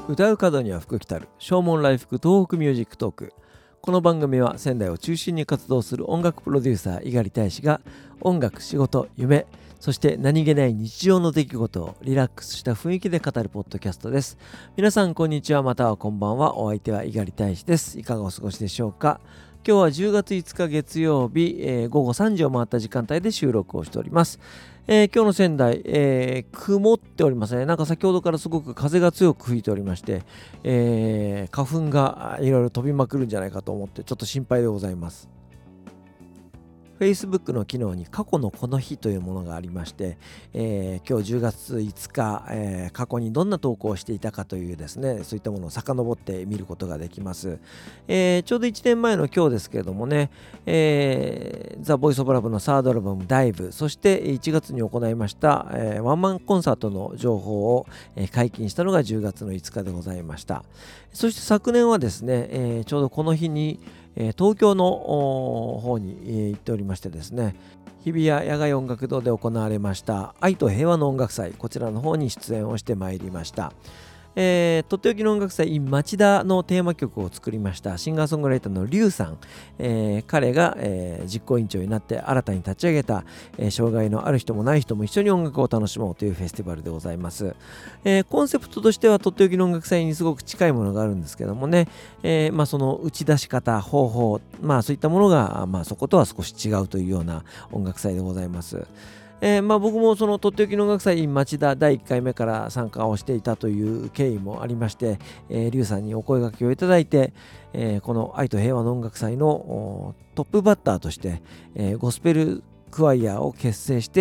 歌う角には福来たる正門来福東北ミュージックトーク。この番組は仙台を中心に活動する音楽プロデューサー猪狩大使が音楽、仕事、夢、そして何気ない日常の出来事をリラックスした雰囲気で語るポッドキャストです。皆さんこんにちは、またはこんばんは。お相手は猪狩大使です。いかがお過ごしでしょうか。今日は10月5日月曜日、午後3時を回った時間帯で収録をしております。今日の仙台、曇っておりますね。なんか先ほどからすごく風が強く吹いておりまして、花粉がいろいろ飛びまくるんじゃないかと思ってちょっと心配でございます。Facebook の機能に過去のこの日というものがありまして、今日10月5日、過去にどんな投稿をしていたかというですね、そういったものを遡って見ることができます。ちょうど1年前の今日ですけれどもね、ザ・ボイス・オブ・ラブのサードアルバムダイブ、そして1月に行いました、ワンマンコンサートの情報を、解禁したのが10月の5日でございました。そして昨年はですね、ちょうどこの日に東京の方に行っておりましてですね、日比谷野外音楽堂で行われました愛と平和の音楽祭、こちらの方に出演をしてまいりました。とっておきの音楽祭 in 町田のテーマ曲を作りましたシンガーソングライターのリュウさん、彼が、実行委員長になって新たに立ち上げた、障害のある人もない人も一緒に音楽を楽しもうというフェスティバルでございます。コンセプトとしてはとっておきの音楽祭にすごく近いものがあるんですけどもね、その打ち出し方、方法、そういったものが、そことは少し違うというような音楽祭でございます。僕もそのとっておきの音楽祭 in 町田第1回目から参加をしていたという経緯もありまして、リュウさんにお声掛けをいただいて、この愛と平和の音楽祭のトップバッターとして、ゴスペルクワイアを結成して、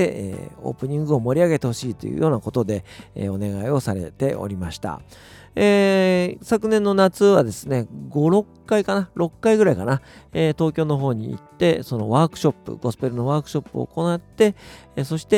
オープニングを盛り上げてほしいというようなことで、お願いをされておりました。昨年の夏はですね、6回ぐらいかな、東京の方に行って、そのワークショップ、ゴスペルのワークショップを行って、そして、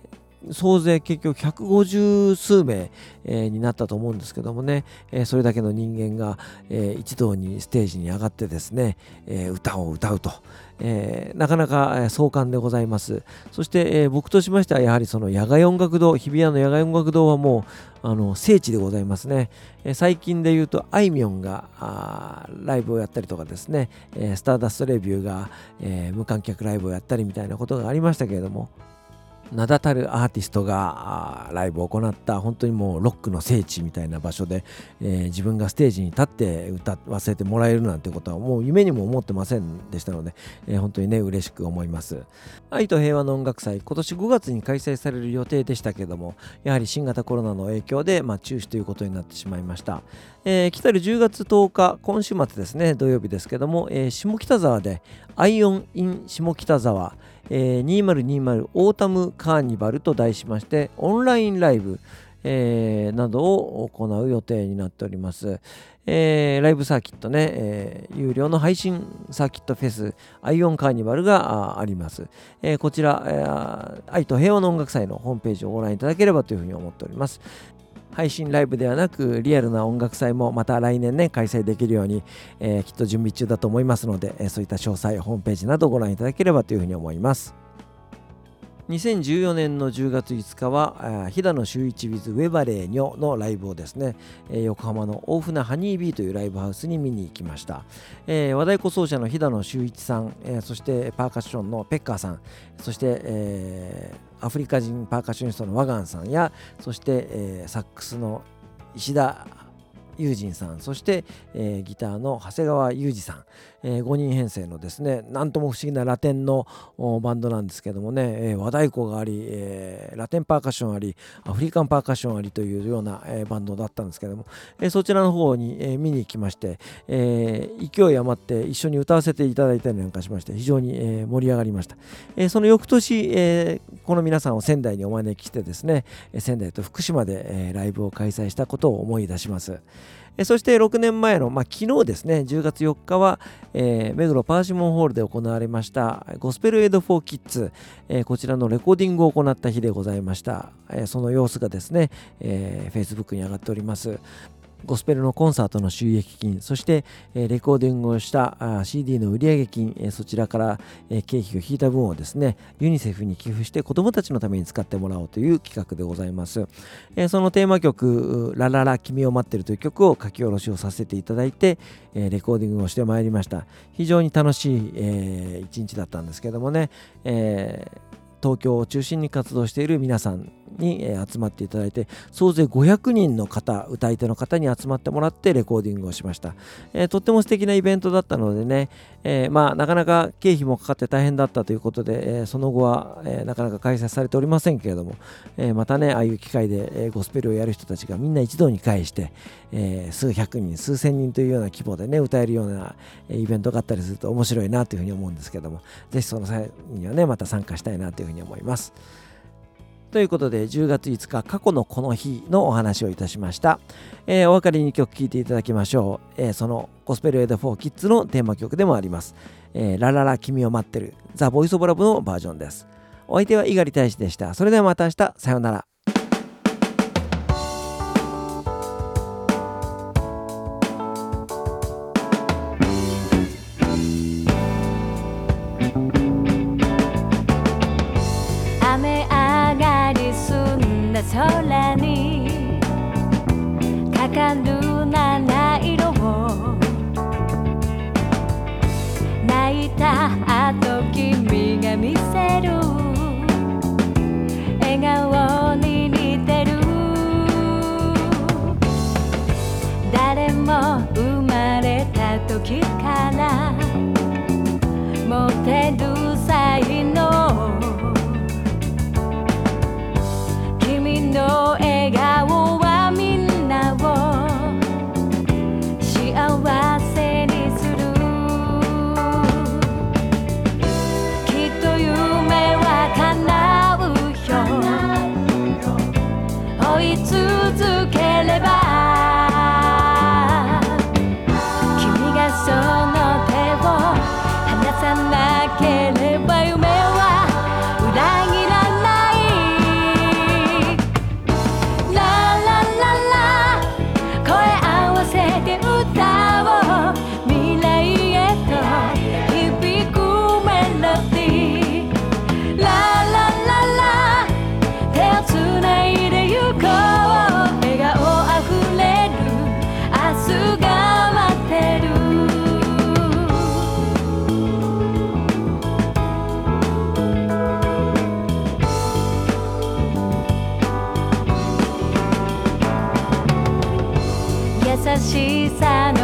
総勢結局150数名、になったと思うんですけどもね、それだけの人間が、一堂にステージに上がってですね、歌を歌うと、なかなか壮観でございます。そして、僕としましてはやはりその野外音楽堂、日比谷の野外音楽堂はもう聖地でございますね。最近で言うとあいみょんがライブをやったりとかですね、スターダストレビューが、無観客ライブをやったりみたいなことがありましたけれども、名だたるアーティストがライブを行った本当にもうロックの聖地みたいな場所で、自分がステージに立って歌わせてもらえるなんてことはもう夢にも思ってませんでしたので、本当にね嬉しく思います。愛と平和の音楽祭、今年5月に開催される予定でしたけども、やはり新型コロナの影響で、中止ということになってしまいました。来たる10月10日、今週末ですね、土曜日ですけども、下北沢でアイオンイン下北沢2020オータムカーニバルと題しまして、オンラインライブ、などを行う予定になっております。ライブサーキットね、有料の配信サーキットフェスアイオンカーニバルがあります。こちら、愛と平和の音楽祭のホームページをご覧いただければというふうに思っております。配信ライブではなくリアルな音楽祭もまた来年ね開催できるように、きっと準備中だと思いますので、そういった詳細ホームページなどをご覧いただければというふうに思います。2014年の10月5日は飛騨の周一 with ウェバレーニョのライブをですね、横浜の大船ハニービーというライブハウスに見に行きました。和太鼓奏者の飛騨の周一さん、そしてパーカッションのペッカーさん、そして、アフリカ人パーカッショニストのワガンさんや、そして、サックスの石田友人さん、そして、ギターの長谷川裕二さん、5人編成のですね、なんとも不思議なラテンのバンドなんですけどもね、和太鼓があり、ラテンパーカッションあり、アフリカンパーカッションありというような、バンドだったんですけども、そちらの方に、見に行きまして、勢い余って一緒に歌わせていただいたりなんかしまして、非常に、盛り上がりました。その翌年、この皆さんを仙台にお招きしてですね、仙台と福島で、ライブを開催したことを思い出します。そして6年前の、昨日ですね、10月4日は、目黒パーシモンホールで行われましたゴスペルエイドフォーキッズ、こちらのレコーディングを行った日でございました。その様子がですね、Facebook に上がっております。 ゴスペルのコンサートの収益金、そして、レコーディングをした CD の売上金、そちらから、経費を引いた分をですね、ユニセフに寄付して子どもたちのために使ってもらおうという企画でございます。そのテーマ曲、ラララ君を待ってるという曲を書き下ろしをさせていただいて、レコーディングをしてまいりました。非常に楽しい、一日だったんですけどもね、東京を中心に活動している皆さんに、集まっていただいて、総勢500人の方、歌い手の方に集まってもらってレコーディングをしました。とっても素敵なイベントだったのでね、なかなか経費もかかって大変だったということで、その後は、なかなか開催されておりませんけれども、またね、ああいう機会で、ゴスペルをやる人たちがみんな一堂に会して、数百人、数千人というような規模でね、歌えるようなイベントがあったりすると面白いなというふうに思うんですけども、ぜひその際にはね、また参加したいなというふうに思います。ということで、10月5日過去のこの日のお話をいたしました。お別れに曲聴いていただきましょう。そのゴスペルエイド4キッズのテーマ曲でもあります。ラララ君を待ってるザ・ボイスオブラブのバージョンです。お相手は猪狩大使でした。それではまた明日、さようなら。 雨上がり澄んだ空にかかる七色を泣いた後君が見せる笑顔に似てる。誰も生まれた時から持てる才能、君の笑顔はみんなを幸せにする。きっと夢は叶うよ、追い続ければ。君がその手を離さなければ夢は裏切らない。ララララ声合わせて歌おう、未来へと響くメロディー。ララララ手をつないでゆこう、笑顔あふれる明日が待ってる。優しさの